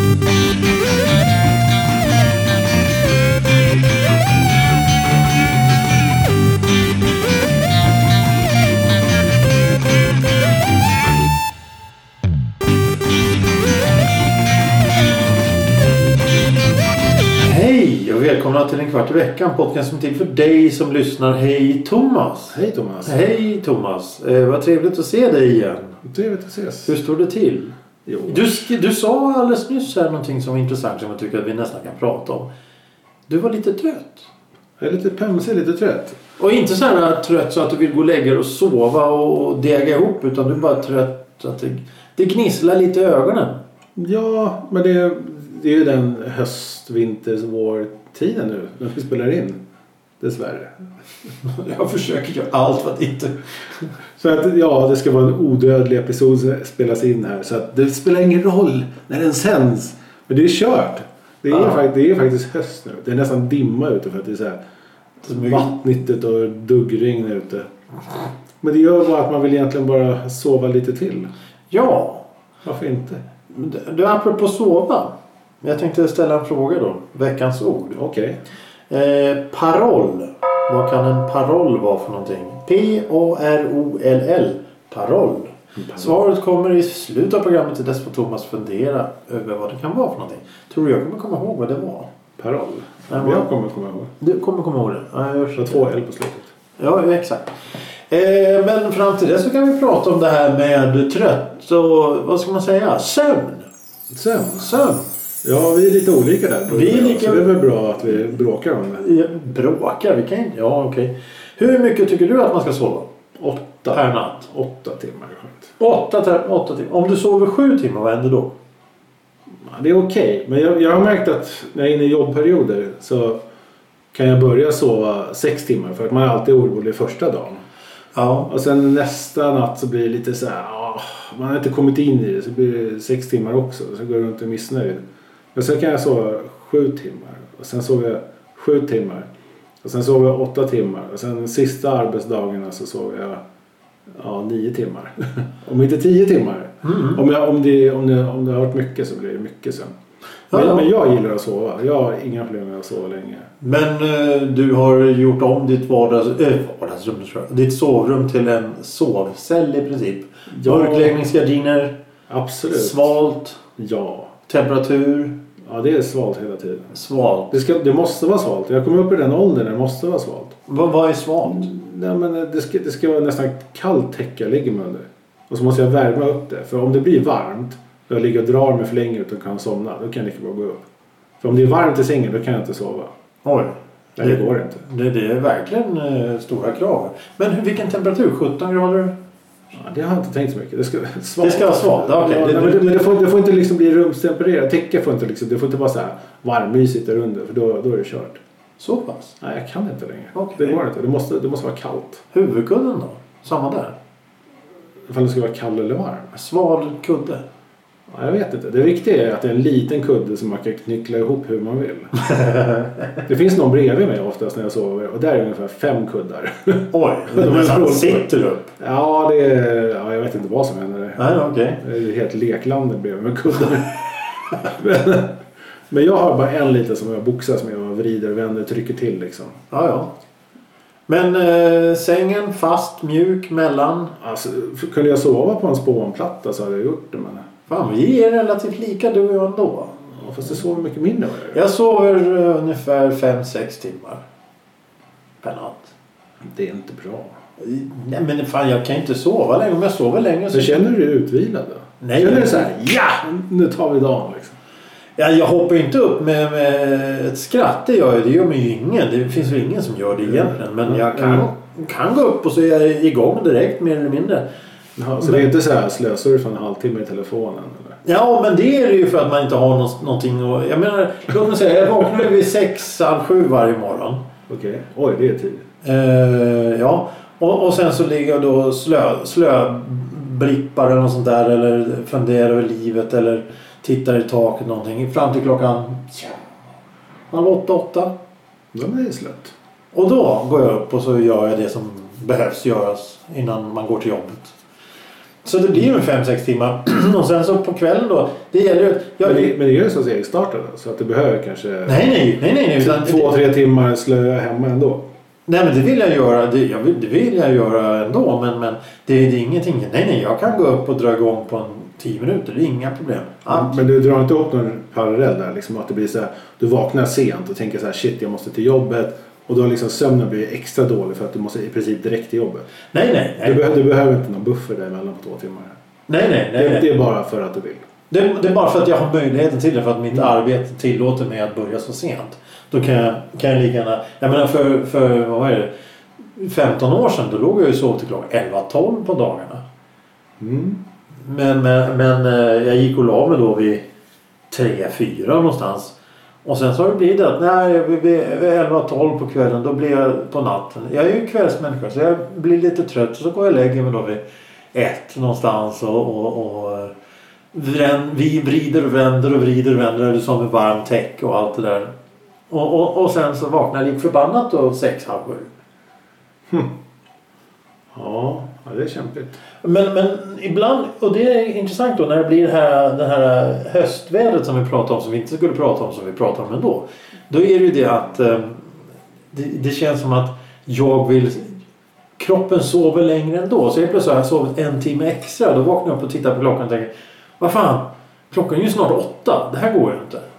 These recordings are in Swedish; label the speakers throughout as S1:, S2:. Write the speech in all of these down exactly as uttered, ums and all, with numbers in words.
S1: Välkomna till en kvart i veckan, podcast som är till för dig som lyssnar. Hej Thomas.
S2: Hej Thomas.
S1: Hej Thomas. Eh, vad trevligt att se dig igen.
S2: Trevligt att ses.
S1: Hur står det till?
S2: Jo.
S1: Du, du sa alldeles nyss här någonting som var intressant som jag tycker att vi nästan kan prata om. Du var lite trött.
S2: Jag är lite pömsig, lite trött.
S1: Och inte så här trött så att du vill gå och lägga dig och sova och dega ihop, utan du är bara trött så att det, det gnisslar lite i ögonen.
S2: Ja, men det, det är ju den höst, vinters, vår tiden nu när vi spelar in. Dessvärre.
S1: Jag försöker göra allt för att inte...
S2: Så att ja, det ska vara en odödlig episod som spelas in här. Så att det spelar ingen roll när den sänds. Men det är kört. Det är,
S1: ja.
S2: faktiskt, det är faktiskt höst nu. Det är nästan dimma ute för att det är så här vattnigt och duggregn ute. Men det gör bara att man vill egentligen bara sova lite till.
S1: Ja.
S2: Varför inte?
S1: Du, apropå sova. Jag tänkte ställa en fråga då. Veckans ord.
S2: Okej.
S1: Eh, paroll. Vad kan en paroll vara för någonting? P A R O L L. Paroll. Mm. Svaret kommer i slutet av programmet, till dess får Thomas fundera över vad det kan vara för någonting. Tror du jag kommer komma ihåg vad det var?
S2: Paroll?
S1: Nej,
S2: jag kommer komma ihåg.
S1: Du kommer komma ihåg det? Ja, jag
S2: det två L på slutet.
S1: Ja, exakt. Eh, men fram till det så kan vi prata om det här med trött och vad ska man säga? Sömn.
S2: Sömn?
S1: Sömn.
S2: Ja, vi är lite olika där.
S1: Vi är lika...
S2: Så det är väl bra att vi bråkar om det.
S1: Ja, bråkar? Vi kan inte... Ja, okej. Okay. Hur mycket tycker du att man ska sova?
S2: Åtta.
S1: Per natt?
S2: Åtta timmar.
S1: Åtta, åtta timmar. Om du sover sju timmar, vad händer då?
S2: Ja, det är okej. Okay. Men jag, jag har märkt att när jag är inne i jobbperioder så kan jag börja sova sex timmar. För att man är alltid orolig första dagen.
S1: Ja.
S2: Och sen nästa natt så blir det lite så här... Åh, man har inte kommit in i det, så blir det sex timmar också. Så går jag runt och är missnöjd. Men sen kan jag sova sju timmar. Och sen sover jag sju timmar. Och sen sover jag åtta timmar. Och sen sista arbetsdagarna så sover jag ja, nio timmar. Om inte tio timmar. Mm. Om, jag, om, det, om, det, om det har varit mycket så blir det mycket sen. Men, ja. men jag gillar att sova. Jag har inga problem med att sova länge.
S1: Men eh, du har gjort om ditt vardags, äh, vardagsrum, ditt sovrum till en sovcell i princip. Ja. Mörkläggningsgardiner.
S2: Absolut.
S1: Svalt.
S2: Ja.
S1: Temperatur.
S2: Ja, det är svalt hela tiden.
S1: Svalt.
S2: Det, ska, det måste vara svalt. Jag kommer upp i den åldern där det måste vara svalt.
S1: Vad, vad är svalt?
S2: Nej, men det ska, det ska vara nästan kallt täcke jag ligger med under. Och så måste jag värma upp det. För om det blir varmt och jag ligger och drar mig för länge utan kan somna, då kan jag inte bara gå upp. För om det är varmt i sängen, då kan jag inte sova.
S1: Oj.
S2: Nej, det, det går inte.
S1: Det, det är verkligen eh, stora krav. Men vilken temperatur? sjutton grader?
S2: Ja, det har jag inte tänkt så mycket. Det ska, svalt.
S1: Det ska vara svalt? Okay.
S2: Ja,
S1: det,
S2: nej, men det, men det, får, det får inte liksom bli rumstempererat. Täcke får inte liksom, det får inte vara så här varmmysigt där under. För då, då är det kört.
S1: Så pass?
S2: Nej, jag kan inte längre.
S1: Okay.
S2: Det går inte. Det måste, det måste vara kallt.
S1: Huvudkudden då? Samma där?
S2: Ifall det ska vara kall eller varm.
S1: Sval kudde?
S2: Ja, jag vet inte. Det viktiga är att det är en liten kudde som man kan knyckla ihop hur man vill. Det finns någon bredvid mig oftast när jag sover. Och där är ungefär fem kuddar.
S1: Oj, de sitter upp.
S2: Ja, det är, ja, jag vet inte vad som händer.
S1: Nej, okej.
S2: Okay. Det är helt leklandet bredvid med kuddar. men, men jag har bara en liten som jag boxas med och vrider, vänder, trycker till liksom.
S1: Ja, ja. Men eh, sängen fast, mjuk, mellan?
S2: Alltså, kunde jag sova på en spånplatta så hade jag gjort det, men...
S1: Fan, vi är relativt lika du och jag ändå.
S2: Ja, fast det sover mycket mindre.
S1: Jag sover uh, ungefär fem sex timmar per natt.
S2: Det är inte bra.
S1: Nej, men fan, jag kan inte sova länge. Om jag sover länge så...
S2: Men känner du dig utvilad då?
S1: Nej.
S2: Känner du så här, ja, nu tar vi dagen liksom.
S1: Ja, jag hoppar inte upp med, med ett skratt. Det gör, det gör mig ju ingen. Det finns väl ingen som gör det egentligen. Men jag kan, mm. kan gå upp och så är jag igång direkt mer eller mindre.
S2: Ja, så men, det är inte så här slösar du för en halvtimme i telefonen eller?
S1: Ja, men det är det ju för att man inte har något, någonting att... Jag menar, låt mig säga, jag vaknar vid sex, halv sju varje morgon.
S2: Okej, okay. Oj, det är tid.
S1: Uh, ja, och, och sen så ligger jag då slö, slö blippar eller något sånt där. Eller funderar över livet eller tittar i taket någonting. Fram till klockan halv åtta, åtta.
S2: Ja, det är slött.
S1: Och då går jag upp och så gör jag det som behövs göras innan man går till jobbet. Så det blir ju fem sex timmar. Och sen så på kvällen då. Det gäller ju... Jag,
S2: men, det, men det är ju så segstartade. Så att det behöver kanske...
S1: Nej, nej, nej, nej. nej utan,
S2: två, tre timmar slöa hemma ändå.
S1: Nej, men det vill jag göra. Det, jag vill, det vill jag göra ändå. Men, men det, det är ingenting. Nej, nej. Jag kan gå upp och dra igång på en tio minuter. Det är inga problem.
S2: Allt. Men du drar inte upp någon parallell där? Liksom att det blir så här... Du vaknar sent och tänker så här... Shit, jag måste till jobbet. Och då har liksom sömnen blivit extra dålig för att du måste i princip direkt till jobbet.
S1: Nej, nej, nej.
S2: Du, behöver, du behöver inte någon buffer där mellan på två timmar.
S1: Nej, nej, nej.
S2: Det,
S1: nej.
S2: det är bara för att du vill.
S1: Det, det är bara för att jag har möjligheten till det. För att mitt mm. arbete tillåter mig att börja så sent. Då kan jag, kan jag lika gärna... Jag menar för, för vad var det? femton år sedan då låg jag ju så till klockan elva tolv på dagarna.
S2: Mm.
S1: Men, men, men jag gick och la mig då vid tre fyra någonstans. Och sen så har det blivit att nej, vid elva tolv på kvällen då blir jag på natten. Jag är ju kvällsmänniska så jag blir lite trött. Så går jag och lägger mig då vid ett någonstans och, och, och vi vrider och vänder och vrider och vänder. Det är som en varm täck och allt det där. Och, och, och sen så vaknar jag lite förbannat då sex, halv sju.
S2: Hmm. Ja, det är kämpigt.
S1: Men, men ibland, och det är intressant då när det blir det här, det här höstvädret som vi pratar om som vi inte skulle prata om som vi pratar om ändå. Då är det ju det att eh, det, det känns som att jag vill kroppen sover längre ändå. Så jag plötsligt har jag sovit en timme extra. Då vaknar jag upp och tittar på klockan och tänker vad fan, klockan är ju snart åtta. Det här går ju inte.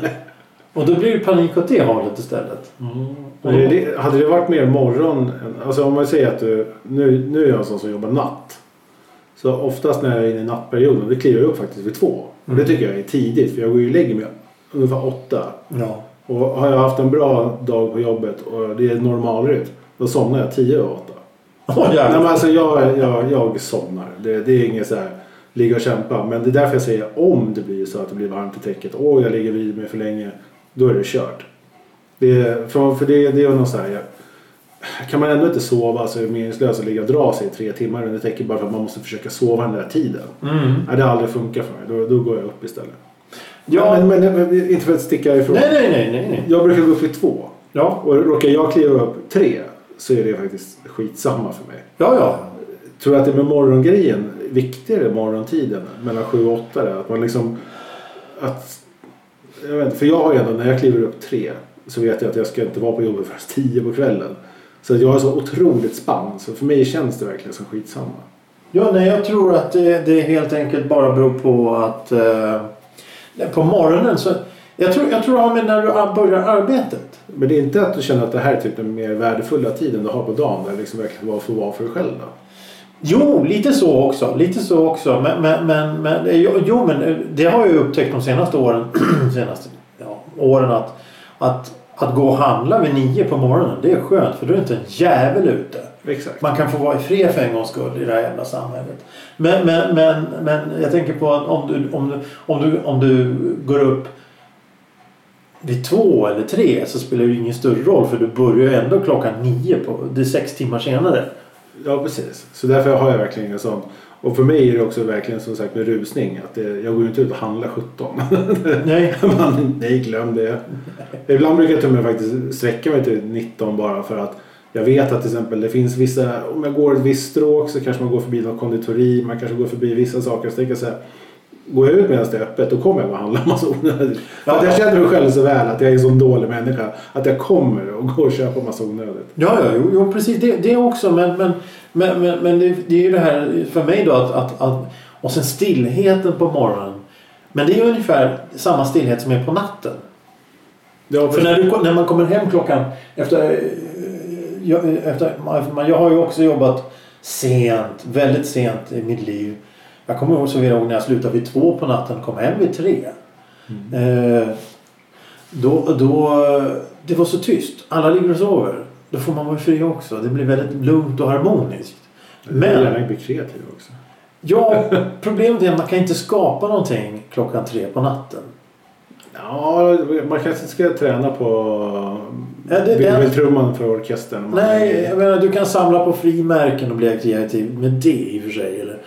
S1: Och då blir det panik åt det hållet istället.
S2: Mm. Men det, hade det varit mer morgon, alltså om man säger att du, nu, nu är jag en sån som jobbar natt. Så oftast när jag är inne i nattperioden, det kliver jag upp faktiskt vid två. Mm. Och det tycker jag är tidigt, för jag går ju och lägger mig ungefär åtta.
S1: Ja.
S2: Och har jag haft en bra dag på jobbet och det är normalrytm, då somnar jag tio och åtta.
S1: Oh,
S2: Nej, men alltså jag, jag, jag somnar. Det, det är inget så här ligga och kämpa. Men det är därför jag säger om det blir så att det blir varmt i täcket och jag ligger vid mig för länge, då är det kört. Det, för för det, det är någon så här, kan man ändå inte sova så är det meningslöst att ligga och dra sig i tre timmar under täcket bara för att man måste försöka sova den där tiden.
S1: Mm.
S2: Nej, det har aldrig funkat för mig. Då, då går jag upp istället.
S1: Ja.
S2: Men, men, men inte för att sticka ifrån.
S1: Nej, nej, nej, nej, nej.
S2: Jag brukar gå upp vid två.
S1: Ja.
S2: Och råkar jag kliva upp tre så är det faktiskt skitsamma för mig.
S1: Ja, ja.
S2: Tror du att det med morgongrejen viktigare morgontiden mellan sju och åtta där? Att man liksom att, jag vet inte, för jag har ju ändå när jag kliver upp tre så vet jag att jag ska inte vara på jobbet först tio på kvällen. Så att jag är så otroligt spann. Så för mig känns det verkligen som skitsamma.
S1: Ja, nej, jag tror att det, det helt enkelt bara beror på att eh, på morgonen så jag tror, jag tror att när du börjar arbetet.
S2: Men det är inte att du känner att det här är typ den mer värdefulla tiden du har på dagen där liksom verkligen var för vara för dig själv då?
S1: Jo, lite så också. Lite så också. Men, men, men, men, jo, men det har jag ju upptäckt de senaste åren senaste ja, åren att, att, att gå och handla vid nio på morgonen, det är skönt för då är inte en jävel ute.
S2: Exakt.
S1: Man kan få vara i fred för en gångs skull i det här jävla samhället. Men, men, men, men jag tänker på att om du, om, du, om, du, om du går upp vid två eller tre så spelar det ingen större roll för du börjar ju ändå klockan nio på, det är sex timmar senare.
S2: Ja, precis. Så därför har jag verkligen en sån. Och för mig är det också verkligen som sagt med rusning. Att det, jag går ju inte ut och handlar sjutton.
S1: Nej.
S2: Man, nej, glöm det. Ibland brukar jag till och med faktiskt sträcka mig till nitton bara för att jag vet att till exempel det finns vissa, om jag går ett visst stråk så kanske man går förbi någon konditori. Man kanske går förbi vissa saker. Så tänker jag så här, går jag ut medan det är öppet då kommer jag att handla massa onödigt. Ja, för att jag känner mig själv så väl att jag är en sån dålig människa att jag kommer och går och köper massa onödigt.
S1: Ja, ja jo, jo, precis det, det också. Men, men, men, men, men det, det är ju det här för mig då att, att, att och sen stillheten på morgonen. Men det är ju ungefär samma stillhet som är på natten. Ja, för när, du, när man kommer hem klockan efter, jag, efter jag har ju också jobbat sent, väldigt sent i mitt liv. Jag kommer ihåg så vid när jag slutade vid två på natten kom hem vid tre. Mm. Eh, då, då, det var så tyst. Alla ligger och sover. Då får man vara fri också. Det blir väldigt lugnt och harmoniskt.
S2: Men det är gärna bli kreativ också.
S1: Ja, problemet är att man kan inte skapa någonting klockan tre på natten.
S2: Ja, man kanske ska träna på ja, trumman för orkestern.
S1: Nej, jag menar du kan samla på frimärken och bli kreativ med det i och för sig. Eller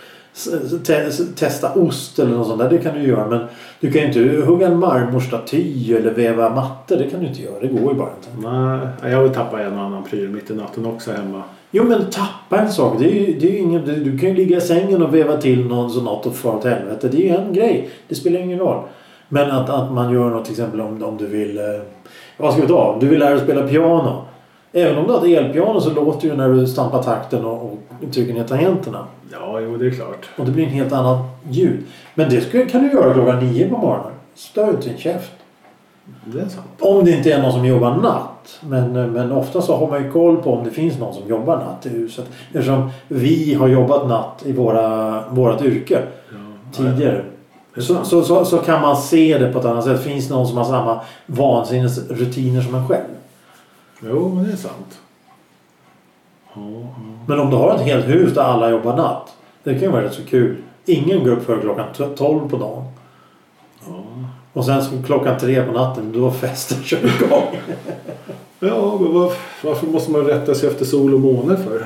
S1: testa ost eller något sånt där, det kan du göra. Men du kan ju inte hugga en marmorstaty eller väva mattor, det kan du inte göra, det går ju bara inte.
S2: Nej, jag vill tappa en och annan pryl mitt i natten också hemma.
S1: Jo, men tappa en sak. Det är ju, det är ju ingen, du, du kan ju ligga i sängen och veva till någon så något och fara åt helvete. Det är ju en grej. Det spelar ingen roll. Men att, att man gör något till exempel om, om du vill... Eh, vad ska vi ta? Du vill lära dig att spela piano. Även om du har ett elpiano så låter det ju när du stampar takten och, och trycker ner tangenterna.
S2: Ja, jo, det är klart.
S1: Och det blir en helt annan ljud. Men det ska, kan du göra klockan nio på morgonen. Stör inte din käft.
S2: Det är sant.
S1: Om det inte är någon som jobbar natt. Men, men ofta så har man ju koll på om det finns någon som jobbar natt i huset. Eftersom vi har jobbat natt i våra, vårat yrke ja, tidigare. Så, så, så, så kan man se det på ett annat sätt. Finns det någon som har samma vansinnesrutiner som en själv?
S2: Jo, men det är sant. Ja, ja.
S1: Men om du har ett helt hus där alla jobbar natt. Det kan ju vara rätt så kul. Ingen går upp för klockan tolv på dagen.
S2: Ja.
S1: Och sen så klockan tre på natten, då festen kör igång.
S2: Ja, men var, varför måste man rätta sig efter sol och måne för?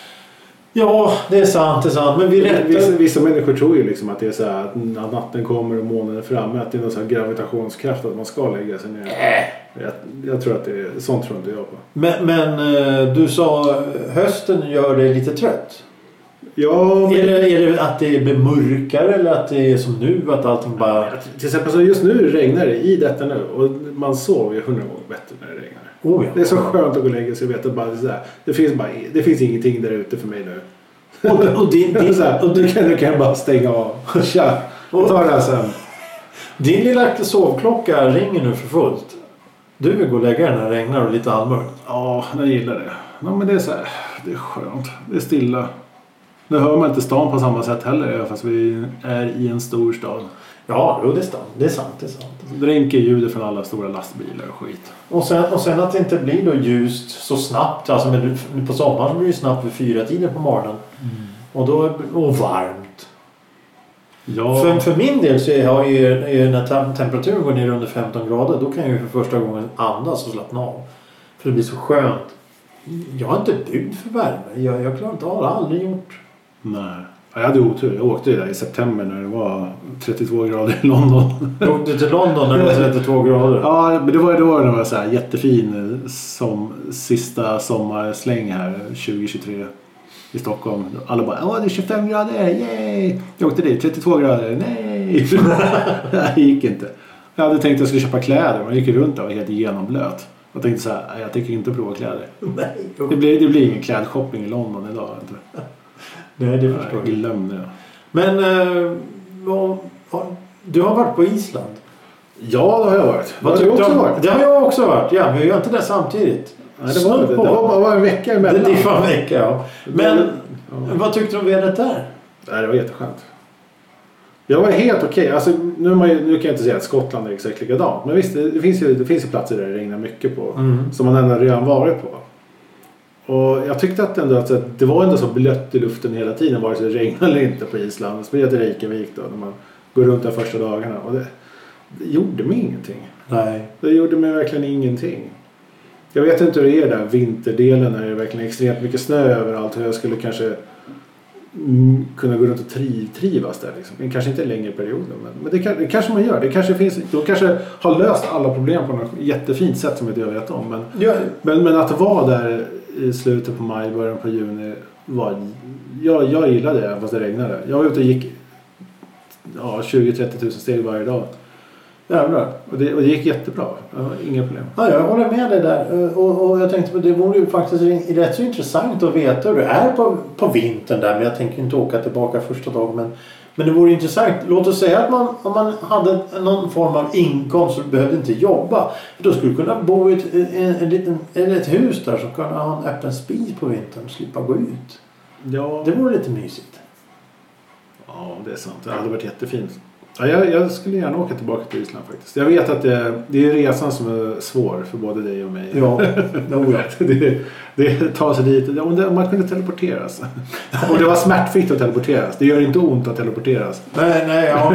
S1: Ja, det är sant, det är sant. Men vi rättar...
S2: vissa, vissa människor tror ju liksom att det är så här att natten kommer och månen är framme. Att det är någon sån här gravitationskraft att man ska lägga sig ner. Äh. Jag, jag tror att det är sånt tror inte jag på.
S1: Men, men du sa hösten gör dig lite trött.
S2: Ja, men...
S1: är, det, är det att det blir mörkare eller att det är som nu att allting bara...
S2: Ja, till exempel så just nu regnar det i detta nu och man sover ju hundra gånger bättre när det regnar.
S1: Oh, ja.
S2: Det är så skönt att gå och lägga sig och veta att bara så här, det finns bara det finns ingenting där ute för mig nu.
S1: Och, och, det, det,
S2: så här, och du kan du kan bara stänga av. Tja, och ta det här sen.
S1: Din lilla sovklocka ringer nu för fullt. Du vill gå och lägga den när det regnar och lite allmörkt.
S2: Ja, jag gillar det. Ja, men det är så här, det är skönt. Det är stilla. Nu hör man inte stan på samma sätt heller fast vi är i en stor stad.
S1: Ja, det är sant. Det är sant, det är sant.
S2: Dränker ljudet från alla stora lastbilar och skit.
S1: Och sen, och sen att det inte blir då ljust så snabbt. Alltså med, på sommaren blir det snabbt vid fyra tiden på morgonen. Mm. Och då och varmt.
S2: Ja.
S1: För, för min del så har ju, är när temperaturen går ner under femton grader. Då kan jag ju för första gången andas och slappna av. För det blir så skönt. Jag är inte byggd för värme. Jag, jag klarar inte av det. Aldrig gjort.
S2: Nej. Jag hade otur. Jag åkte där i september när det var trettiotvå grader i London.
S1: Du åkte till London när det var trettiotvå grader?
S2: Ja, men det var ju då det var så här jättefin som sista sommarsläng här tjugo tjugotre i Stockholm. Alla bara, åh det är tjugofem grader, yay! Jag åkte dit, trettiotvå grader, nej! Det gick inte. Jag hade tänkt att jag skulle köpa kläder, men jag gick runt och var helt genomblöt. Jag tänkte så här, jag tänker inte prova kläder.
S1: Nej.
S2: Det blir, det blir ingen klädshopping i London idag. Inte.
S1: Nej, det förstår jag.
S2: Glöm det.
S1: Men äh, vad, du har varit på Island?
S2: Ja, det har jag varit.
S1: Vad har du också varit? Det har jag också varit. Ja, vi gör inte det samtidigt.
S2: Nej, det var det. Det var bara en vecka emellan.
S1: Det var en vecka, ja. Men ja. Vad tyckte du om vädret där?
S2: Nej, det var jätteskönt. Jag var helt okej. Okay. Alltså, nu, man, nu kan jag inte säga att Skottland är exakt likadant. Men visst, det, det, finns ju, det finns ju platser där det regnar mycket på. Mm. Som man ändå redan varit på. Och jag tyckte att, ändå att det var ändå så blött i luften hela tiden. Vare sig det regnade eller inte på Island. Speciellt i Reykjavik då. När man går runt de första dagarna. Och det, det gjorde mig ingenting.
S1: Nej.
S2: Det gjorde mig verkligen ingenting. Jag vet inte hur det är där vinterdelen när det är verkligen extremt mycket snö överallt. Hur jag skulle kanske mm, kunna gå runt och triv, trivas där. Liksom. Men kanske inte längre perioder. Men, men det, det kanske man gör. Det kanske finns, de kanske har löst alla problem på något jättefint sätt som inte jag vet om. Men,
S1: ja. men,
S2: men att vara där i slutet på maj, början på juni var, jag, jag gillade det fast det regnade. Jag var ute och gick ja, tjugo till trettio tusen steg varje dag.
S1: Jävlar.
S2: Och det, och det gick jättebra. Ja, inga problem.
S1: Ja, jag håller med dig där. Och, och jag tänkte på det vore ju faktiskt rätt så intressant att veta hur det är på, på vintern där. Men jag tänker inte åka tillbaka första dagen. Men, men det vore intressant. Låt oss säga att man, om man hade någon form av inkomst och behövde inte jobba. Då skulle du kunna bo i ett, en, en liten, eller ett hus där som kunde ha en öppen spis på vintern och slippa gå ut.
S2: Ja.
S1: Det vore lite mysigt.
S2: Ja, det är sant. Det hade varit jättefint. Ja, jag, jag skulle gärna åka tillbaka till Island faktiskt. Jag vet att det, det är resan som är svår för både dig och mig.
S1: Ja,
S2: det, det tar sig dit. Om, det, om man kunde teleporteras. Om det var smärtfritt att teleporteras. Det gör inte ont att teleporteras.
S1: Nej, nej, ja.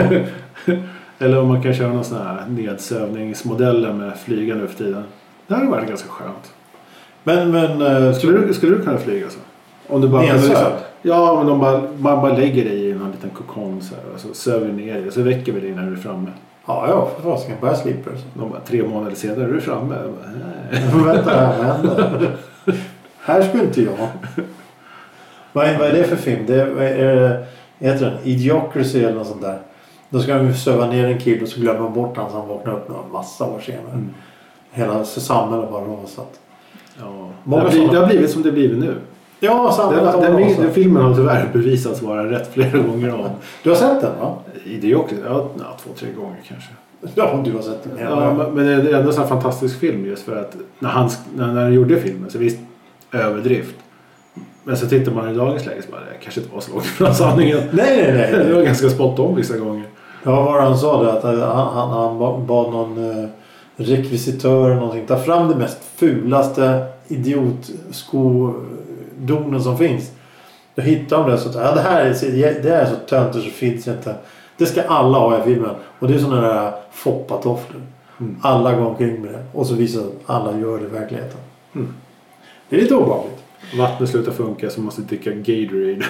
S2: Eller om man kan köra någon sån här nedsövningsmodeller med flyga nu för tiden. Det hade varit ganska skönt.
S1: Men, men
S2: skulle, du, skulle du kunna flyga så? Om du bara liksom, ja, men de bara, man bara lägger dig i någon liten kokong så här, och så söver ner dig och så väcker vi dig när du är framme.
S1: Ja, ja, för vad ska jag bara slipper så.
S2: De bara, tre månader senare är du framme.
S1: Bara, vänta, vad händer? Här skulle inte jag. vad, är, vad är det för film? Det är, är det, heter den? Idiocracy eller något sånt där. Då ska de söva ner en kille och så glömmer man bort han så han vaknar upp några massa år senare. Mm. Hela samhället bara rasat.
S2: Ja. Det, har blivit, det har blivit som det blivit nu.
S1: Ja, samhället
S2: den, den, den filmen har tyvärr bevisats vara rätt flera gånger om.
S1: Du har sett den, va?
S2: Idiocracy? Ja, ja, två, tre gånger kanske.
S1: Ja, du har sett den.
S2: Ja, men det är ändå en sån fantastisk film just för att när han, när, när han gjorde filmen så visst överdrift. Men så tittar man i dagens läge så bara, det kanske inte var så långt från sanningen.
S1: nej, nej, nej.
S2: Det var ganska spot on vissa gånger.
S1: Ja, vad var det han sa det? Att han, han, han bad någon uh, rekvisitör eller någonting ta fram det mest fulaste idiotskodonen som finns. Då hittar de det så att ja, det här är, det är så tönt så finns det inte. Det ska alla ha i filmen. Och det är sådana där foppatofflor. Mm. Alla går omkring med det. Och så visar att alla gör det i verkligheten. Mm. Det är lite obehagligt.
S2: Vattnet slutar funka så måste dricka Gatorade.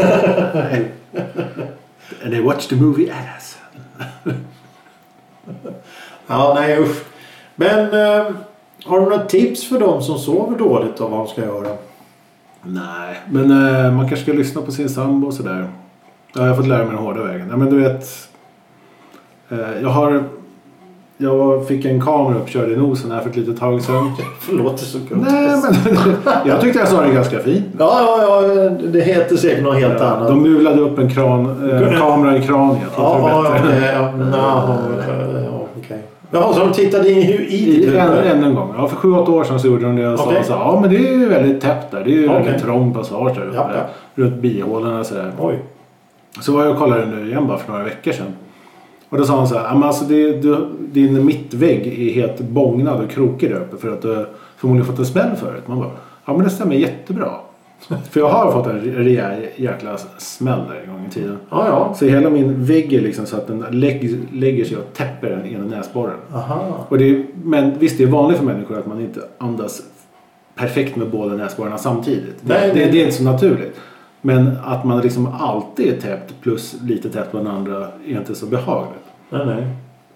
S2: And they watch the movie Ass.
S1: Ja, nej usch. Men äh, har du några tips för dem som sover dåligt om vad de ska göra?
S2: Nej, men äh, man kanske ska lyssna på sin sambo och sådär. Ja, jag har fått lära mig den hårda vägen. Ja, men du vet, äh, jag har... Jag fick en kamera uppkörd i nosen här för ett litet tag sedan.
S1: Förlåt, det så kul.
S2: Nej, men jag tyckte jag sa det ganska fint.
S1: Ja, ja, ja, det heter säkert något helt ja, annat.
S2: De mulade upp en kran, äh, kamera i kraniet.
S1: Ja, ja, okej. Ja, no, okay. Ja, så de tittade in i, i
S2: det? En, en gång. Ja, för sju, åtta år sedan så gjorde de det och okay. sa så, ja, men det är ju väldigt täppt där. Det är ju okay. väldigt trång passage där uppe. Ja, ja. Runt bihålorna och sådär. Oj. Så var jag och kollade nu igen bara för några veckor sedan. Och då sa han så här, alltså det, du, din mittvägg är helt bångnad och krokig där uppe för att du förmodligen fått en smäll förut. Man bara, ja men det stämmer jättebra. För jag har fått en rejäl jäkla smäll där en gång i tiden.
S1: Ja, ja.
S2: Så hela min vägg är liksom så att den lägger, lägger sig och täpper den ena näsborren.
S1: Aha.
S2: Och det är, men visst, det är vanligt för människor att man inte andas perfekt med båda näsborrarna samtidigt.
S1: Nej,
S2: det,
S1: nej.
S2: Det, det är inte så naturligt. Men att man liksom alltid är täppt plus lite täppt på den andra är inte så behagligt.
S1: Nej, nej.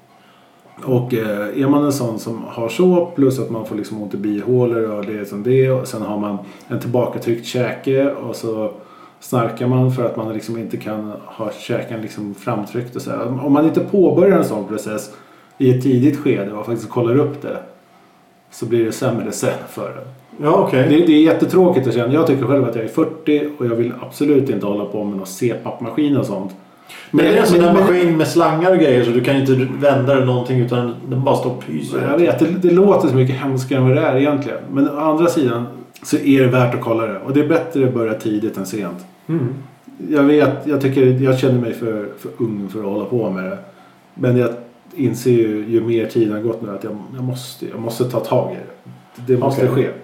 S2: Och eh, är man en sån som har så plus att man får liksom ont i bihålor och det är som det och sen har man en tillbakatryckt käke och så snarkar man för att man liksom inte kan ha käken liksom framtryckt och så här. Om man inte påbörjar en sån process i ett tidigt skede och faktiskt kollar upp det så blir det sämre sen för det.
S1: Ja, okay.
S2: det, det är jättetråkigt att känna. Jag tycker själv att jag är fyrtio och jag vill absolut inte hålla på med någon C-pappmaskin och sånt.
S1: Men det är en sån där maskin med slangar och grejer så du kan inte vända det någonting utan den bara står och pyser.
S2: Jag vet, det, det låter så mycket hemskare än vad det är egentligen. Men å andra sidan så är det värt att kolla det. Och det är bättre att börja tidigt än sent. Mm. Jag vet, jag tycker, jag känner mig för, för ung för att hålla på med det. Men jag inser ju, ju mer tiden har gått nu att jag, jag, måste, jag måste ta tag i det. Det måste okay. ske.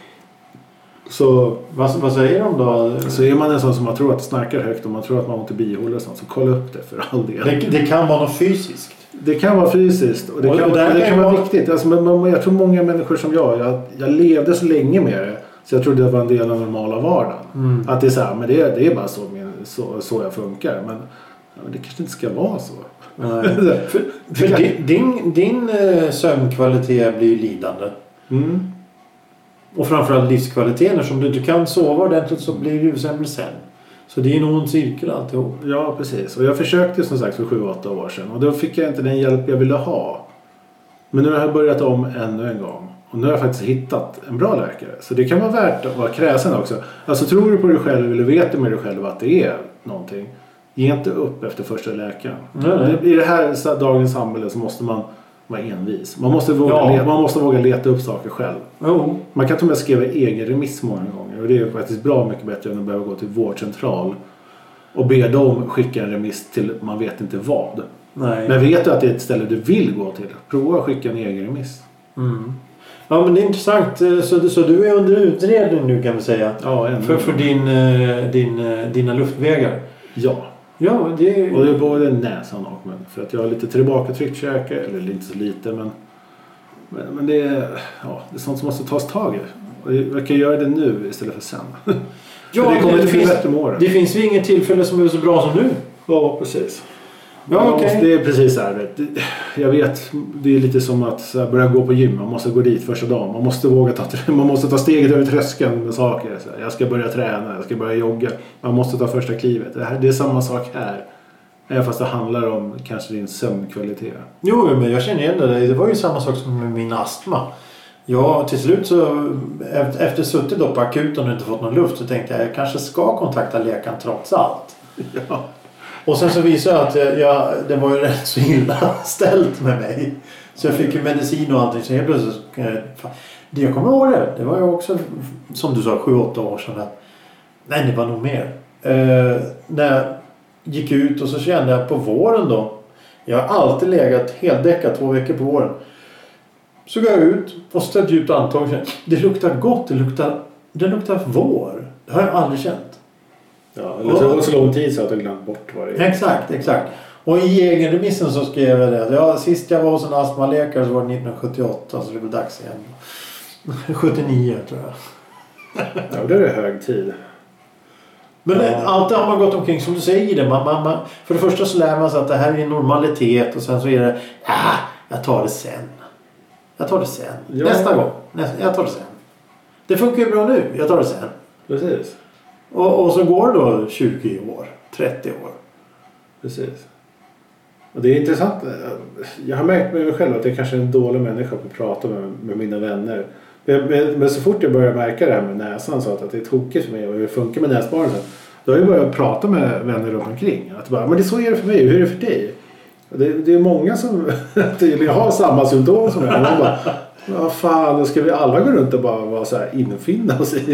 S2: Så
S1: vad, vad säger de då?
S2: Så är man en sån som man tror att det snarkar högt och man tror att man har ont i bihålor och sånt, så kolla upp det för all del.
S1: Det, det kan vara något fysiskt.
S2: Det kan vara fysiskt och det och kan, det kan vara viktigt. Alltså, man, jag tror många människor som jag, jag, jag levde så länge med det så jag trodde det var en del av normala vardagen. Mm. Att det är så här, men det, det är bara så, så, så jag funkar. Men, ja, men det kanske inte ska vara så.
S1: för för kan... din, din, din sömnkvalitet blir lidande. Mm. Och framförallt livskvaliteten. Eftersom du inte kan sova ordentligt så blir det ju sämre sen. Så det är nog en cirkel alltihop.
S2: Ja, precis. Och jag försökte som sagt för sju åtta år sedan. Och då fick jag inte den hjälp jag ville ha. Men nu har jag börjat om ännu en gång. Och nu har jag faktiskt hittat en bra läkare. Så det kan vara värt att vara kräsen också. Alltså tror du på dig själv eller vet du med dig själv att det är någonting. Ge inte upp efter första läkaren. Nej, nej. I det här dagens samhälle så måste man vara envis. Man måste våga, ja. leta, man måste våga leta upp saker själv. Oh. Man kan till och med skriva egen remiss många gånger. Och det är faktiskt bra mycket bättre än att behöva gå till vårdcentral. Och be dem skicka en remiss till man vet inte vad. Nej. Men vet du att det är ett ställe du vill gå till. Prova att skicka en egen remiss.
S1: Mm. Ja, men det är intressant. Så, så du är under utredning nu kan vi säga.
S2: Ja,
S1: för, för din, din, dina luftvägar.
S2: Ja.
S1: Ja, det är...
S2: Och det är både näsan och mun. För att jag har lite tillbakatryckt käke. Eller inte så lite, men... Men, men det, är, ja, det är sånt som måste tas tag i. Och jag kan göra det nu istället för sen.
S1: Ja,
S2: för det kommer
S1: det,
S2: det,
S1: finns,
S2: bättre med åren.
S1: Det finns ju inget tillfälle som är så bra som nu.
S2: Ja, precis.
S1: Ja, okay.
S2: Det är precis så här. Jag vet, det är lite som att börja gå på gym. Man måste gå dit första dagen. Man måste våga ta, man måste ta steget över tröskeln med saker. Så här, jag ska börja träna, jag ska börja jogga. Man måste ta första klivet. Det, här, det är samma sak här. Även fast det handlar om kanske din sömnkvalitet.
S1: Jo, men jag känner igen det. Det var ju samma sak som med min astma. Ja, till slut så efter suttit då på akuten och inte fått någon luft så tänkte jag jag kanske ska kontakta läkaren trots allt.
S2: Ja.
S1: Och sen så visade jag att jag, jag, det var ju rätt så illa ställt med mig. Så jag fick ju medicin och allting. Så helt plötsligt, det jag kommer ihåg det. Det var ju också, som du sa, sju åtta år sedan. Att, nej, det var nog mer. Eh, när jag gick ut och så kände jag på våren då. Jag har alltid legat heldäckat två veckor på våren. Så går jag ut och ställde djupt antag. Det luktar gott. Det luktar, det luktar vår. Det har jag aldrig känt.
S2: Ja, eller så var det så lång tid så att jag glömt bort vad det är.
S1: Exakt, exakt. Och i egen remissen så skrev jag det. Ja, sist jag var hos en astmaläkare så var det nittonhundrasjuttioåtta. Så det var dags igen. sjuttionio tror jag.
S2: Ja, det är hög tid.
S1: Men
S2: ja.
S1: Alltid har man gått omkring som du säger det. Man, man, man, för det första så lär man sig att det här är normalitet. Och sen så är det, ja, jag tar det sen. Jag tar det sen. Ja. Nästa gång. Nästa, jag tar det sen. Det funkar ju bra nu. Jag tar det sen.
S2: Precis.
S1: Och, och så går det då tjugo år. trettio år.
S2: Precis. Och det är intressant. Jag har märkt med mig själv att jag kanske är en dålig människa på att prata med, med mina vänner. Men, men, men så fort jag börjar märka det här med näsan så att det är tokigt för mig och hur det funkar med näsborren. Då har jag börjat prata med vänner runt omkring. Att bara, men det så är det för mig. Hur är det för dig? Det, det är många som tydligen har samma symptom som jag. Och man bara, vad fan, då ska vi alla gå runt och bara vara så här infinna och säga.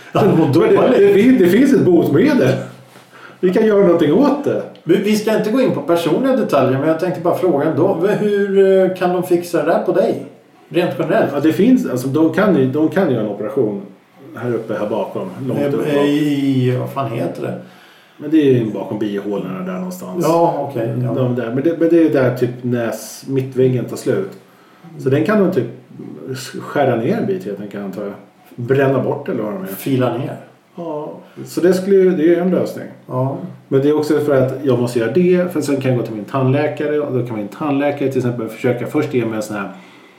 S2: Det, det, finns, det finns ett botemedel. Vi kan göra någonting åt det.
S1: Vi ska inte gå in på personliga detaljer, men jag tänkte bara fråga ändå. Hur kan de fixa det där på dig? Rent generellt.
S2: Ja, det finns, alltså de kan ju, de kan göra en operation här uppe, här bakom. Långt upp.
S1: I, vad fan heter det?
S2: Men det är ju bakom bihålorna där någonstans.
S1: Ja, okej. Okay, ja.
S2: De där. Men, det, men det är där typ näs, mittväggen tar slut. Så den kan de typ skära ner en bit helt enkelt, antar jag. Bränna bort eller vad de är.
S1: Fila ner.
S2: Ja, så det skulle ju, det är en lösning.
S1: Ja.
S2: Men det är också för att jag måste göra det. För sen kan jag gå till min tandläkare. Och då kan min tandläkare till exempel försöka först ge mig en sån här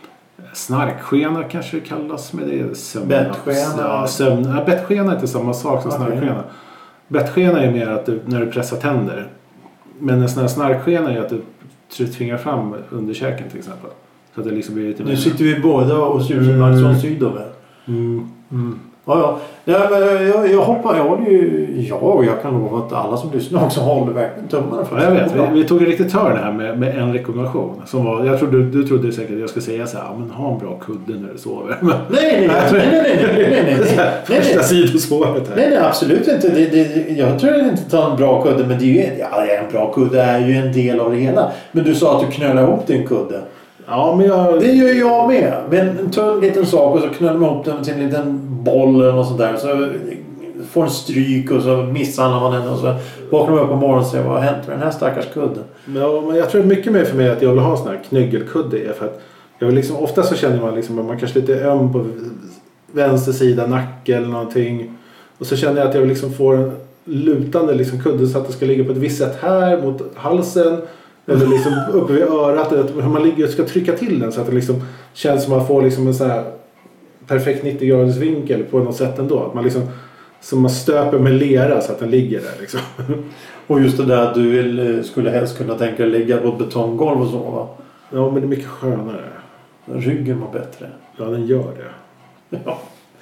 S2: snarkskena kanske det kallas med det. Sömn,
S1: bettskena.
S2: Ja, sömn, ja, bettskena är inte samma sak som okay. Snarkskena. Bettskena är mer att du, när du pressar tänder. Men en sån här snarkskena är att du tvingar fram underkäken till exempel. Så att det liksom blir lite
S1: nu mer. Sitter vi båda och ser ut som Magnusson Sydover.
S2: Mm.
S1: Mm. Ja, ja. Ja, men jag, jag hoppas, jag håller ju, ja, och jag kan lova att alla som lyssnar också håller verkligen tummarna för.
S2: Ja, jag vet, vi, vi tog en riktigt törn här med, med en rekommendation som var, jag trodde, du trodde säkert att jag skulle säga så här, men ha en bra kudde när du sover. Men,
S1: nej, nej, nej, nej, nej, nej, nej, nej, nej.
S2: Första sidospåret här.
S1: Nej, nej, absolut inte. Det, det, jag tror inte ta en bra kudde, men det är ju, ja, en bra kudde är ju en del av det hela. Men du sa att du knölar ihop din kudde.
S2: Ja, men jag...
S1: Det gör jag med. Men en tunn liten sak och så knölar man ihop den till en liten boll eller något sånt där. Så får en stryk och så misshandlar man den och så vaknar man upp på morgonen och säger vad har hänt med den här stackars kudden.
S2: Ja, men jag tror mycket mer för mig att jag vill ha en sån här knöggelkudde är för att jag vill liksom, ofta så känner man liksom att man kanske lite öm på vänster sida nacke eller någonting. Och så känner jag att jag vill liksom få en lutande liksom kudde så att det ska ligga på ett visst sätt här mot halsen. Eller liksom uppe vid örat. Hur man ligger och ska trycka till den så att det liksom känns som att man får liksom en så här perfekt nittio graders vinkel på något sätt ändå. Att man liksom, som man stöper med lera så att den ligger där liksom.
S1: Och just det där att du vill, skulle helst kunna tänka dig ligga på ett betonggolv och sova.
S2: Ja, men det är mycket skönare.
S1: Ryggen var bättre.
S2: Ja, den gör det.
S1: Ja.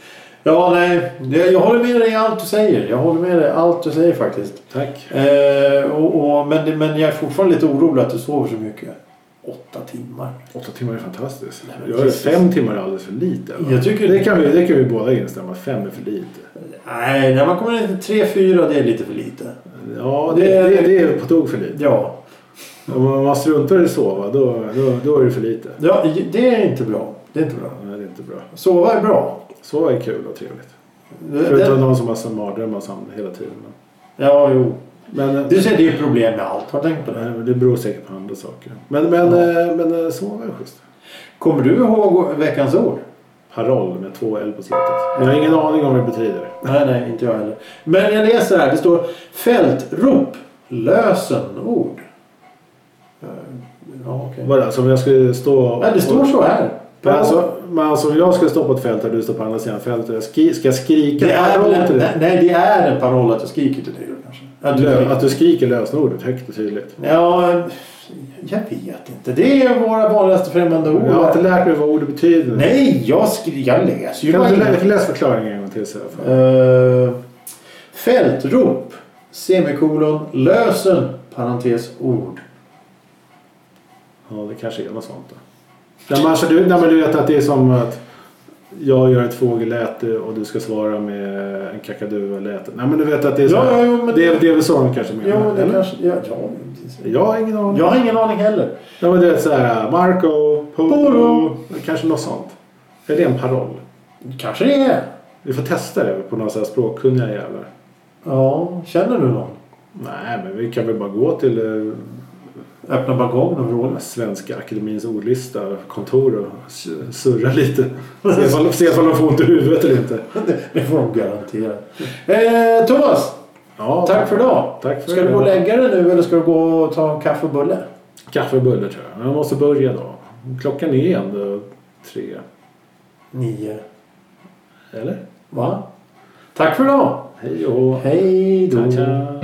S1: Ja, nej. Jag håller med dig i allt du säger. Jag håller med dig i allt du säger faktiskt.
S2: Tack.
S1: Eh, och, och, men, men jag är fortfarande lite orolig att du sover så mycket. Åtta timmar.
S2: Åtta timmar är fantastiskt.
S1: Nej,
S2: jag är fem timmar är alldeles för lite.
S1: Jag tycker
S2: det, kan vi, det kan vi båda instämma. Fem är för lite.
S1: Nej, när man kommer ner till tre, fyra det är lite för lite.
S2: Ja, det, det, det, det är på tog för lite.
S1: Ja.
S2: Om man struntar i sova, då, då, då är det för lite.
S1: Ja, det är inte bra. Det är inte bra.
S2: Nej, det är inte bra.
S1: Sova är bra.
S2: Sova är kul och trevligt.
S1: Det,
S2: Förutom
S1: det...
S2: någon som har sån mardrömmar hela tiden.
S1: Ja, jo.
S2: Men,
S1: du ser det är problem med allt. Har du tänkt på det?
S2: Det beror säkert på andra saker. Men, men, ja. men sova är schysst.
S1: Kommer du ihåg veckans ord?
S2: Paroll med två L på slutet. Jag har ingen aning om vad det betyder.
S1: Nej, nej, inte jag heller. Men jag läser här. Det står fältrop, lösenord. Ja, okej.
S2: Vadå, som jag skulle stå...
S1: Nej, det står så här.
S2: Men alltså, men alltså om jag skulle stå på ett fält och du står på andra sidan fältet, skri, ska jag skrika
S1: det är
S2: paroll till
S1: en,
S2: dig?
S1: nej, det är en paroll att jag skriker till dig då, kanske. Att du,
S2: Lö, att du skriker lösenordet högt och tydligt.
S1: Ja, jag vet inte. Det är våra vanligaste främmande ord.
S2: Jag har inte lärt mig vad ordet betyder.
S1: Nej, jag, skri, jag läser ju.
S2: Kan du lä, läsa förklaringen en gång till så här?
S1: Uh, fältrop, semikolon, lösen, parentes, ord.
S2: Ja, det kanske är något sånt då. Nej, men alltså, du, nej, men du vet att det är som att jag gör ett fågelläte och du ska svara med en kakadua-läte. Nej, men du vet att det är så.
S1: Ja, ja, jo, men
S2: det, det, det är väl så de kanske menar.
S1: Jo, det
S2: eller?
S1: kanske, ja, ja,
S2: jag har ingen aning.
S1: Jag har ingen aning heller.
S2: Ja, men det är så här, Marco, Polo, kanske något sånt. Är det en paroll?
S1: Kanske det är.
S2: Vi får testa det på några så här språkkunniga jävlar.
S1: Ja, känner du någon?
S2: Nej, men vi kan väl bara gå till eh,
S1: öppna bagage och vråla.
S2: Svenska akademins ordlista kontor och surra lite. Se ifall, se ifall de får ont i huvudet eller inte.
S1: det, det får de garantera. Eh, Thomas!
S2: Ja,
S1: tack för idag.
S2: Tack för
S1: ska du gå och lägga dig nu eller ska du gå och ta en kaffe och bulle?
S2: Kaffe och bulle tror jag. Men jag måste börja då. Klockan är ändå tre.
S1: Nio.
S2: Eller?
S1: Va? Tack för idag.
S2: Hej och
S1: hej då.
S2: Tja, tja.